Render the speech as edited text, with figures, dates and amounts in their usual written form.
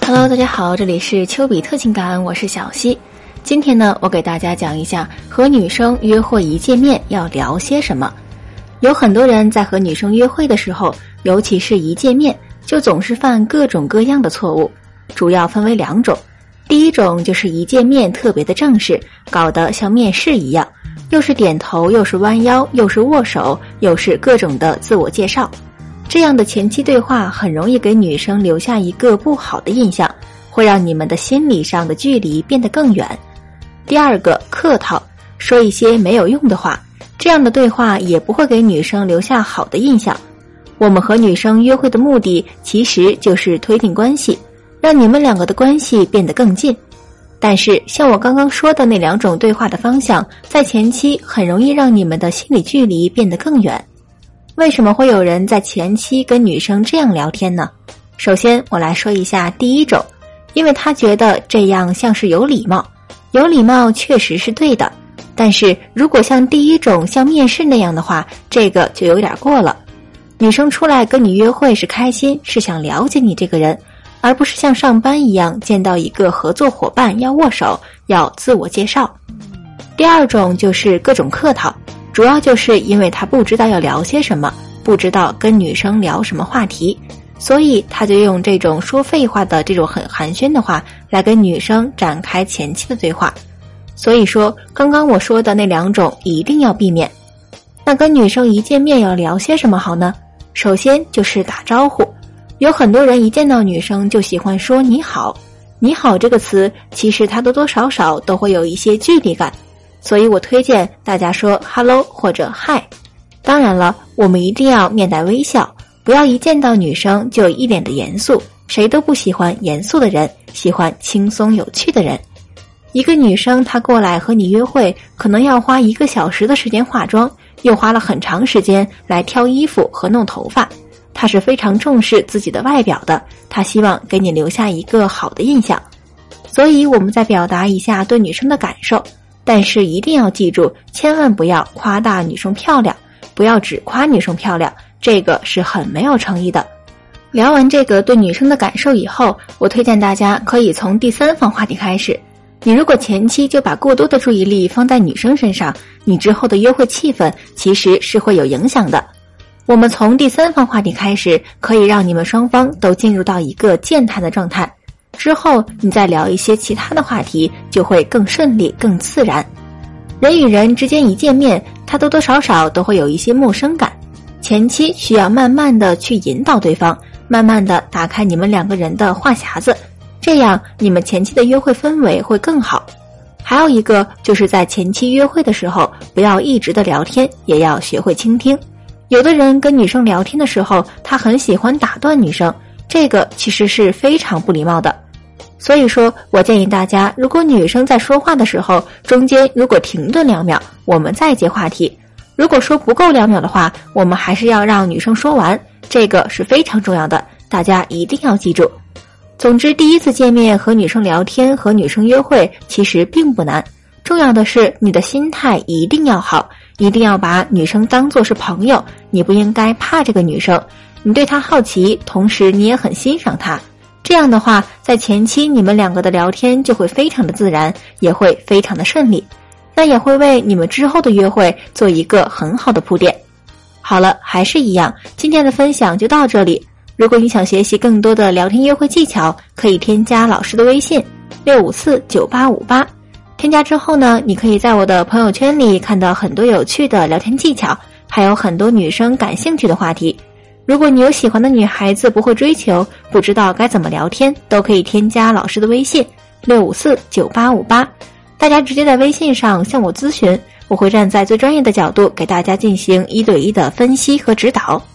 Hello， 大家好，这里是丘比特情感，我是小溪。今天呢，我给大家讲一下和女生约会一见面要聊些什么。有很多人在和女生约会的时候，尤其是一见面，就总是犯各种各样的错误，主要分为两种。第一种就是一见面特别的正式，搞得像面试一样，又是点头，又是弯腰，又是握手，又是各种的自我介绍。这样的前期对话很容易给女生留下一个不好的印象，会让你们的心理上的距离变得更远。第二个，客套，说一些没有用的话，这样的对话也不会给女生留下好的印象。我们和女生约会的目的其实就是推进关系，让你们两个的关系变得更近。但是像我刚刚说的那两种对话的方向，在前期很容易让你们的心理距离变得更远。为什么会有人在前期跟女生这样聊天呢？首先我来说一下第一种，因为他觉得这样像是有礼貌，有礼貌确实是对的，但是如果像第一种像面试那样的话，这个就有点过了。女生出来跟你约会是开心，是想了解你这个人，而不是像上班一样见到一个合作伙伴要握手，要自我介绍。第二种就是各种客套，主要就是因为他不知道要聊些什么，不知道跟女生聊什么话题，所以他就用这种说废话的这种很寒暄的话来跟女生展开前期的对话。所以说刚刚我说的那两种一定要避免。那跟女生一见面要聊些什么好呢？首先就是打招呼，有很多人一见到女生就喜欢说你好。你好这个词其实它多多少少都会有一些距离感，所以我推荐大家说 hello 或者 hi。 当然了，我们一定要面带微笑，不要一见到女生就一脸的严肃，谁都不喜欢严肃的人，喜欢轻松有趣的人。一个女生她过来和你约会，可能要花1个小时的时间化妆，又花了很长时间来挑衣服和弄头发，她是非常重视自己的外表的，她希望给你留下一个好的印象。所以我们再表达一下对女生的感受，但是一定要记住，千万不要夸大女生漂亮，不要只夸女生漂亮，这个是很没有诚意的。聊完这个对女生的感受以后，我推荐大家可以从第三方话题开始。你如果前期就把过多的注意力放在女生身上，你之后的约会气氛其实是会有影响的。我们从第三方话题开始，可以让你们双方都进入到一个健谈的状态，之后你再聊一些其他的话题，就会更顺利更自然。人与人之间一见面，他多多少少都会有一些陌生感，前期需要慢慢的去引导对方，慢慢的打开你们两个人的话匣子，这样你们前期的约会氛围会更好。还有一个就是在前期约会的时候，不要一直的聊天，也要学会倾听。有的人跟女生聊天的时候，他很喜欢打断女生，这个其实是非常不礼貌的。所以说我建议大家，如果女生在说话的时候，中间如果停顿2秒，我们再接话题。如果说不够2秒的话，我们还是要让女生说完，这个是非常重要的，大家一定要记住。总之，第一次见面和女生聊天，和女生约会其实并不难，重要的是你的心态一定要好，一定要把女生当作是朋友，你不应该怕这个女生，你对她好奇，同时你也很欣赏她。这样的话，在前期你们两个的聊天就会非常的自然，也会非常的顺利，那也会为你们之后的约会做一个很好的铺垫。好了，还是一样，今天的分享就到这里。如果你想学习更多的聊天约会技巧，可以添加老师的微信6549858。添加之后呢，你可以在我的朋友圈里看到很多有趣的聊天技巧，还有很多女生感兴趣的话题。如果你有喜欢的女孩子不会追求，不知道该怎么聊天，都可以添加老师的微信6549858。大家直接在微信上向我咨询，我会站在最专业的角度给大家进行1对1的分析和指导。